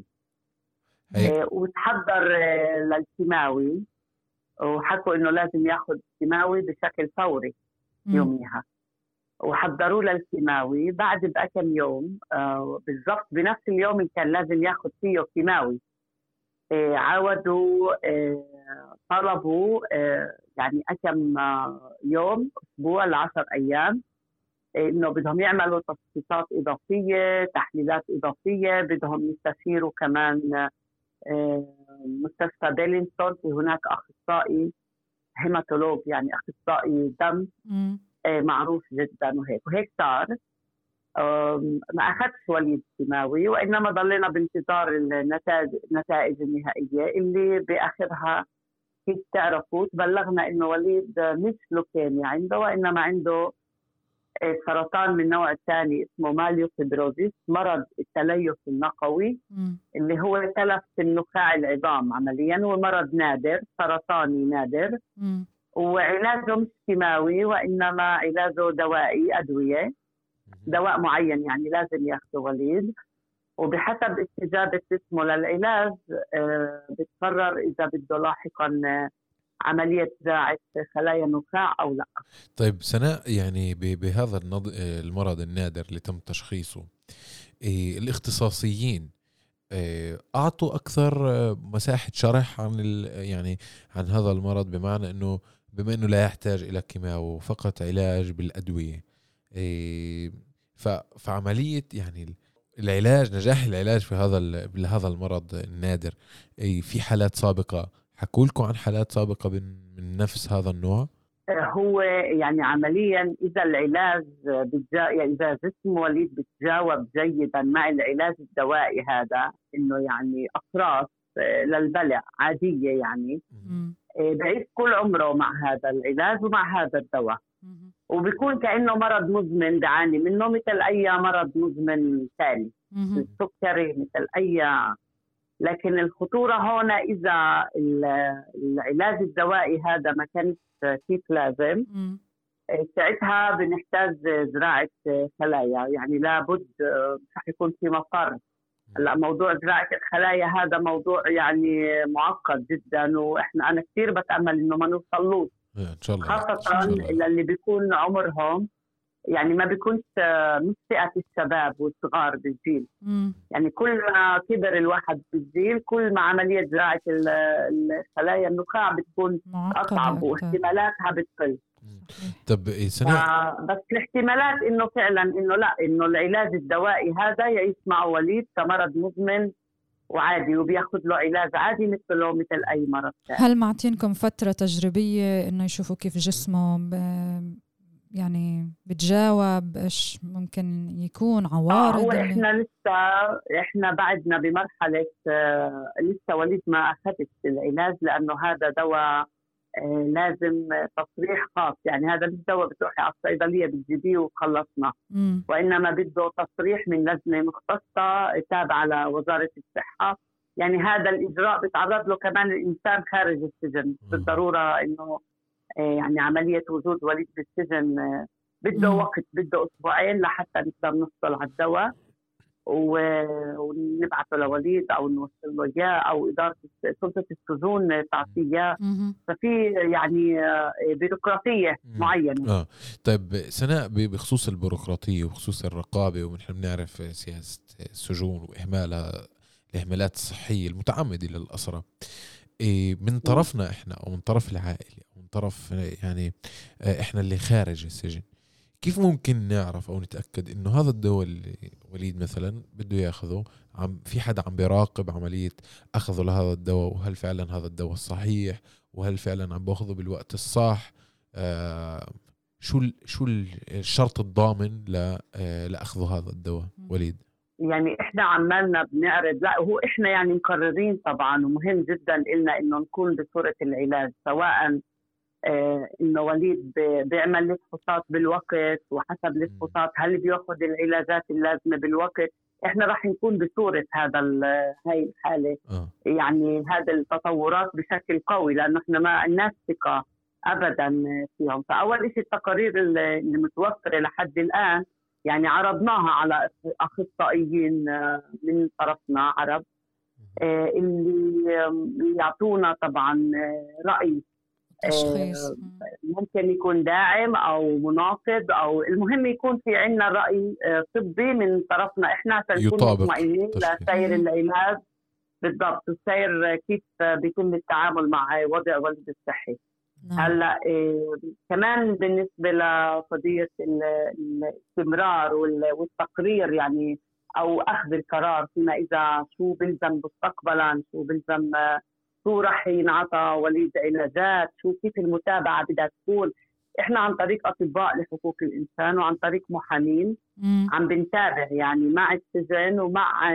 وتحضر للكيماوي، وحكوا إنه لازم ياخد كيماوي بشكل فوري يوميها، وحضروا له الكيماوي. بعد بقى كم يوم بالضبط بنفس اليوم كان لازم ياخد فيه كيماوي عاودوا طلبوا يعني كم يوم، أسبوع ل10 أيام، إنه بدهم يعملوا تشخيصات إضافية، تحليلات إضافية، بدهم يستشيروا كمان مستشفى بيلينغتون، في هناك أخصائي هيماتولوج يعني أخصائي دم معروف جدا، وهيك صار. ما أخذش وليد كيماوي، وإنما ضلينا بانتظار النتائج النهائية اللي بآخرها كيف تعرفوا تبلغنا إنه وليد مش لوكيميا عنده، وإنما عنده سرطان من النوع الثاني اسمه مايلوفيبروزيس، مرض التليف النقوي اللي هو تلف في النخاع العظام عمليا، ومرض نادر سرطاني نادر، وعلاجه مش كيماوي وإنما علاجه دوائي، أدوية، دواء معين يعني لازم ياخده وليد، وبحسب استجابة جسمه للعلاج بتقرر إذا بده لاحقا عملية زراعة خلايا نخاع أو لا. طيب سناء، يعني بهذا المرض النادر اللي تم تشخيصه، الاختصاصيين أعطوا أكثر مساحة شرح عن يعني عن هذا المرض، بمعنى أنه بما أنه لا يحتاج إلى كيماوي، فقط علاج بالأدوية، فعملية يعني العلاج، نجاح العلاج في هذا المرض النادر، في حالات سابقة حكوا لكم عن حالات سابقة من نفس هذا النوع؟ هو يعني عمليا إذا العلاج يعني إذا جسم وليد بتجاوب جيدا مع العلاج الدوائي هذا، إنه يعني أقراص للبلع عادية يعني، بعيش كل عمره مع هذا العلاج ومع هذا الدواء، وبيكون كأنه مرض مزمن دعاني منه مثل أي مرض مزمن ثاني، السكري مثل أي. لكن الخطورة هنا إذا العلاج الدوائي هذا ما كانت كيف لازم، ساعتها بنحتاج زراعة خلايا، يعني لابد رح يكون في مفر. هلا موضوع زراعة الخلايا هذا موضوع يعني معقد جدا، أنا كثير بتأمل إنه ما نوصلوش، إن شاء الله، خاصة اللي بيكون عمرهم يعني ما بيكونش مش فئة الشباب والصغار بالجيل. يعني كل ما كبر الواحد بالجيل كل ما عملية زراعة الخلايا النخاع بتكون أصعب واحتمالاتها بتقل. طب سناء، بس الاحتمالات إنه فعلا إنه لا، إنه العلاج الدوائي هذا يعيش مع وليد كمرض مزمن وعادي، وبياخد له علاج عادي مثل أي مرض ثاني. هل معطينكم فترة تجريبية إنه يشوفوا كيف جسمه يعني بتجاوب، إيش ممكن يكون عوارض؟ هو إحنا بعدنا بمرحلة لسه وليد ما أخذت العلاج، لأنه هذا دواء لازم تصريح خاص، يعني هذا مش دواء بتروحي على الصيدلية بتجيبيه وخلصنا، وإنما بده تصريح من لجنة مختصة تابعة لوزارة الصحة. يعني هذا الإجراء بتعرض له كمان الإنسان خارج السجن، بالضرورة إنه يعني عملية وجود وليد بالسجن بده وقت، بده أسبوعين لحتى نقدر نحصل على الدواء ونبعثه لوليد أو نوصل له إياه، أو إدارة سلطة السجون تعطيه. ففي يعني بيروقراطية معينة. طيب سناء، بخصوص البيروقراطية وخصوص الرقابة، ونحن بنعرف سياسة السجون الإهمالات الصحية المتعمدة للأسرى، من طرفنا إحنا أو من طرف العائلة أو من طرف يعني إحنا اللي خارج السجن، كيف ممكن نعرف أو نتأكد إنه هذا الدواء اللي وليد مثلا بده ياخذه في حدا عم بيراقب عملية أخذه لهذا الدواء، وهل فعلا هذا الدواء الصحيح، وهل فعلا عم باخذه بالوقت الصح؟ شو الشرط الضامن لأخذ هذا الدواء وليد؟ يعني إحنا عمالنا بنعرض، لا هو إحنا يعني مقررين طبعا، ومهم جدا إلنا إنه نكون بصورة العلاج، سواء إنه وليد بيعمل الفحوصات بالوقت، وحسب الفحوصات هل بيأخذ العلاجات اللازمة بالوقت. إحنا راح نكون بصورة هاي الحالة يعني هذا التطورات بشكل قوي، لأنه إحنا ما الناس ثقة أبدا فيهم. فأول إشي التقارير اللي متوفرة لحد الآن يعني عرضناها على أخصائيين من طرفنا عرب، اللي يعطونا طبعا رأي ممكن يكون داعم أو مناقض، أو المهم يكون في عنا رأي طبي من طرفنا إحنا عشان نكون مطمئنين لسير العلاج بالضبط، وسير كيف بيتم التعامل مع وضع وليد الصحي. هلا كمان بالنسبه لقضيه الاستمرار والتقرير يعني او اخذ القرار فيما اذا شو بلزم مستقبلا، شو بلزم، شو راح ينعطى وليد علاجات، شو كيف المتابعه بدها تكون. احنا عن طريق اطباء لحقوق الانسان وعن طريق محامين عم بنتابع يعني مع السجن ومع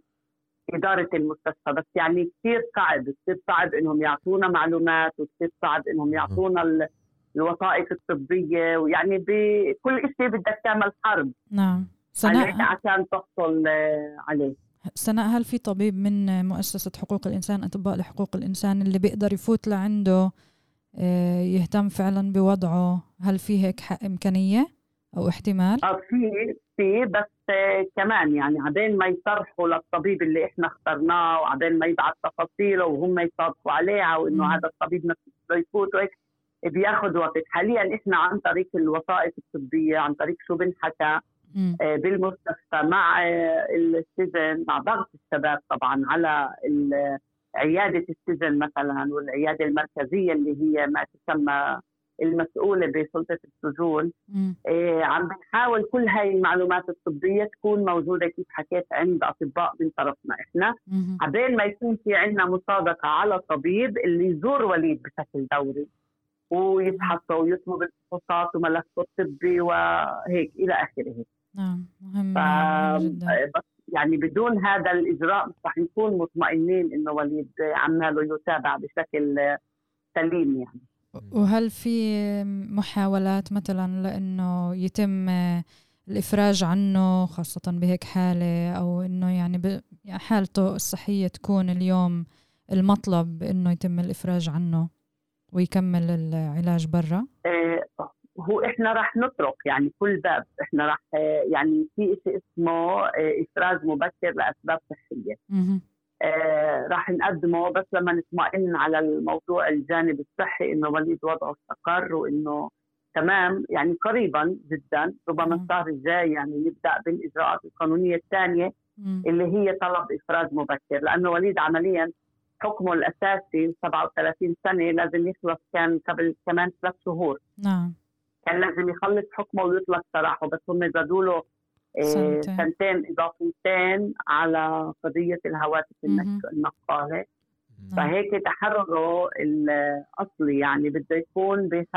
إدارة المستشفى. بس يعني كثير صعب إنهم يعطونا معلومات، وكثير صعب إنهم يعطونا الوثائق الطبية، ويعني بكل شيء بدك تعمل حرب. نعم عليك عشان تحصل عليه. سناء، هل في طبيب من مؤسسة حقوق الإنسان، أطباء لحقوق الإنسان، اللي بيقدر يفوت لعنده يهتم فعلا بوضعه؟ هل في هيك إمكانية أو احتمال؟ في بس كمان يعني عبين ما يصرحوا للطبيب اللي احنا اخترناه، وعبين ما يبعث تفاصيله وهم يصادقوا عليها وانه هذا الطبيب نفسه يفوت وهيك، بياخذ وقت. حاليا احنا عن طريق الوثائق الطبيه، عن طريق شو بنحكى بالمستشفى مع السجن، مع ضغط الشباب طبعا على عياده السجن مثلا والعياده المركزيه اللي هي ما تسمى المسؤولة بسلطة السجون. عم بنحاول كل هاي المعلومات الطبية تكون موجودة كيف حكيت عند أطباء من طرفنا إحنا، عبين ما يكون في عنا مصادقة على طبيب اللي يزور وليد بشكل دوري ويفحصه ويطلب الفحوصات وملفه الطبي وهيك إلى آخره. مهم جدا. بس يعني بدون هذا الإجراء مش رح نكون مطمئنين إنه وليد عماله يتابع بشكل سليم يعني. وهل في محاولات مثلا لأنه يتم الإفراج عنه خاصة بهيك حالة، أو إنه يعني حالته الصحية تكون اليوم المطلب إنه يتم الإفراج عنه ويكمل العلاج برا؟ هو إحنا رح نطرق يعني كل باب، إحنا رح يعني في شيء اسمه إفراج مبكر لأسباب صحية. راح نقدمه بس لما نطمئن على الموضوع الجانب الصحي انه وليد وضعه استقر وانه تمام. يعني قريبا جدا ربما الشهر الجاي يعني نبدا بالاجراءات القانونيه الثانيه اللي هي طلب افراج مبكر، لانه وليد عمليا حكمه الاساسي 37 سنه لازم يخلص، كان قبل كمان 3 شهور. كان لازم يخلص حكمه ويطلق سراحه، بس هم زادوا له 2 سنتين إضافيتين على قضية الهواتف النقالة. فهيك تحرره الأصلي يعني بده يكون ب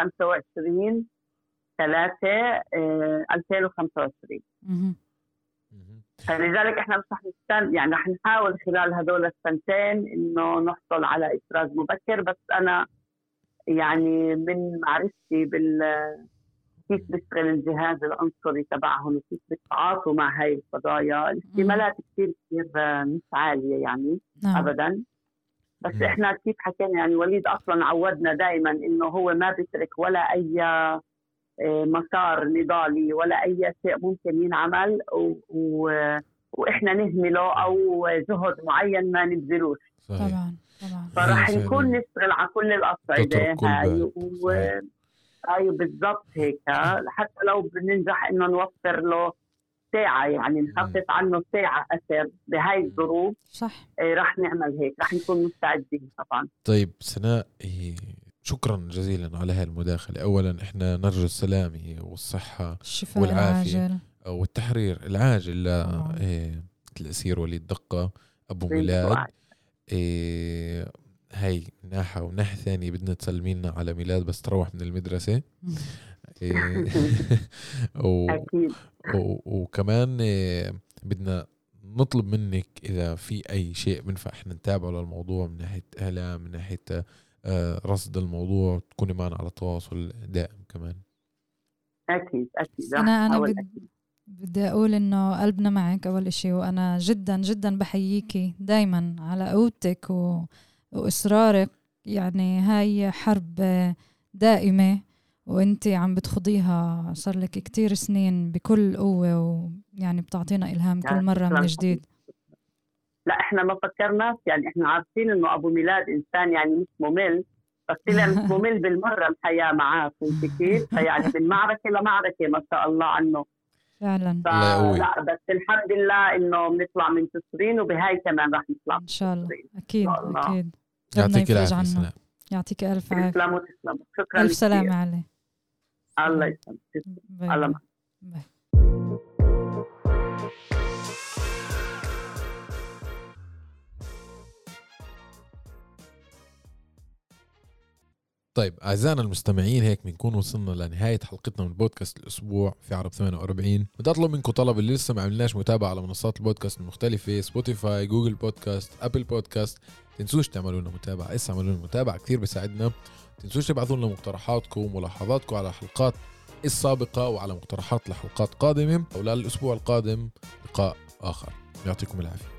25/3/2025. فلذلك احنا مش رح نستنى، يعني رح نحاول خلال هدول السنتين انه نحصل على افراج مبكر. بس انا يعني من معرفتي كيف بيشتغل الجهاز العنصري تبعهم وكيف بيتعاطوا مع هاي القضايا، الاحتمالات كثير مش عالية يعني أبدا. بس إحنا كيف حكينا يعني وليد أصلا عودنا دائما إنه هو ما بيترك ولا أي مسار نضالي ولا أي شيء ممكن ينعمل وإحنا نهمله أو جهد معين ما نبذلوش. طبعا. فراح نكون نشتغل على كل الأصعدة هاي أيوة بالضبط هيك. حتى لو بننجح إنه نوفر له ساعة، يعني نخفف عنه ساعة أثر بهاي الظروف، صح. راح نعمل هيك، راح نكون مستعدين طبعا. طيب سناء، شكرا جزيلا على هاي المداخلة. أولا إحنا نرجو السلامة والصحة والعافية والتحرير العاجل للأسير وليد دقة أبو ميلاد. هاي ناحة وناحية ثانية بدنا تسلمينا على ميلاد بس تروح من المدرسة. وكمان بدنا نطلب منك إذا في أي شيء بنفع إحنا نتابعه للموضوع من ناحية إعلام، من ناحية رصد الموضوع، تكوني معنا على تواصل دائم كمان. أكيد. أنا بدي أقول إنه قلبنا معك أول إشي، وأنا جدا جدا بحييكي دايما على قوتك وإصرارك. يعني هاي حرب دائمة وانتي عم بتخضيها صار لك كتير سنين بكل قوة، ويعني بتعطينا إلهام كل مرة من جديد. لا احنا ما فكرناش، يعني احنا عارفين انه ابو ميلاد انسان يعني مش ممل، بس طلع مش ممل بالمرة الحياة معاه، فهمتي كيف؟ فيعني من معركة لمعركة ما شاء الله عنه فعلا. لا بس الحمد لله انه بنطلع منتصرين، وبهاي كمان راح نطلع ان شاء الله. اكيد اكيد. يعطيك العافيه. يعطيك الف عافيه. تسلموا. شكرا. الف سلامه علي. الله يسلمك. الله باي. طيب أعزائنا المستمعين، هيك بنكون وصلنا لنهاية حلقتنا من بودكاست الأسبوع في عرب 48. بدي أطلب منكم طلب، اللي لسه ما عملناش متابعة على منصات البودكاست المختلفة، سبوتيفاي، جوجل بودكاست، أبل بودكاست، تنسوش تعملوا لنا متابعة. اعملوا لنا متابعة كثير بيساعدنا. تنسوش تبعثوا لنا مقترحاتكم وملاحظاتكم على الحلقات السابقة وعلى مقترحات لحلقات قادمة، أو للأسبوع القادم لقاء آخر. يعطيكم العافية.